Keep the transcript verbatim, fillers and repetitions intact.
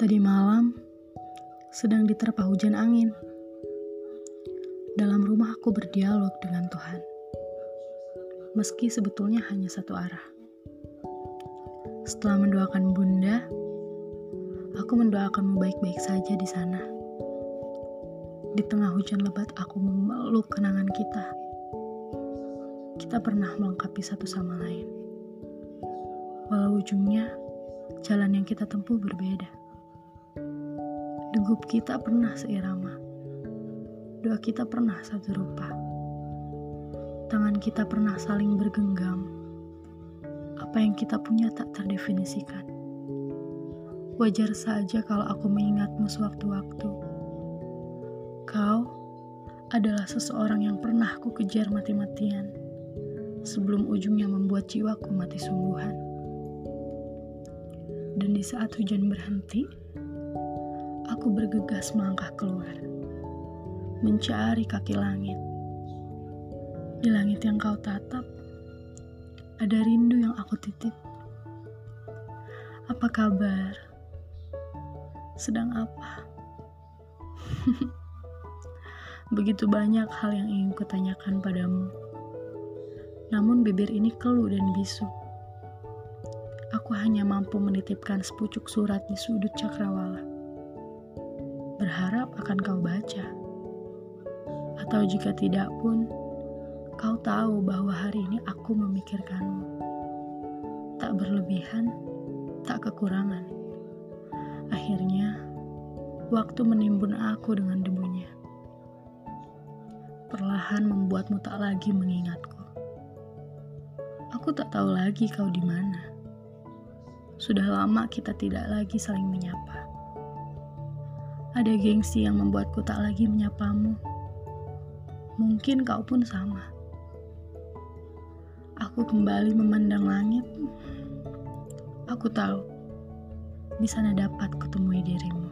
Tadi malam, sedang diterpa hujan angin. Dalam rumah aku berdialog dengan Tuhan. Meski sebetulnya hanya satu arah. Setelah mendoakan Bunda, aku mendoakanmu baik-baik saja di sana. Di tengah hujan lebat aku memeluk kenangan kita. Kita pernah melengkapi satu sama lain. Walau ujungnya, jalan yang kita tempuh berbeda. Degup kita pernah seirama. Doa kita pernah satu rupa. Tangan kita pernah saling bergenggam. Apa yang kita punya tak terdefinisikan. Wajar saja kalau aku mengingatmu sewaktu-waktu. Kau adalah seseorang yang pernah ku kejar mati-matian sebelum ujungnya membuat jiwaku mati sungguhan. Dan di saat hujan berhenti, aku bergegas melangkah keluar, mencari kaki langit. Di langit yang kau tatap, ada rindu yang aku titip. Apa kabar? Sedang apa? Begitu banyak hal yang ingin kutanyakan padamu. Namun bibir ini keluh dan bisu. Aku hanya mampu menitipkan sepucuk surat di sudut cakrawala. Berharap akan kau baca. Atau jika tidak pun, kau tahu bahwa hari ini aku memikirkanmu. Tak berlebihan, tak kekurangan. Akhirnya, waktu menimbun aku dengan debunya. Perlahan membuatmu tak lagi mengingatku. Aku tak tahu lagi kau di mana. Sudah lama kita tidak lagi saling menyapa. Ada gengsi yang membuatku tak lagi menyapamu. Mungkin kau pun sama. Aku kembali memandang langit. Aku tahu, di sana dapat kutemui dirimu.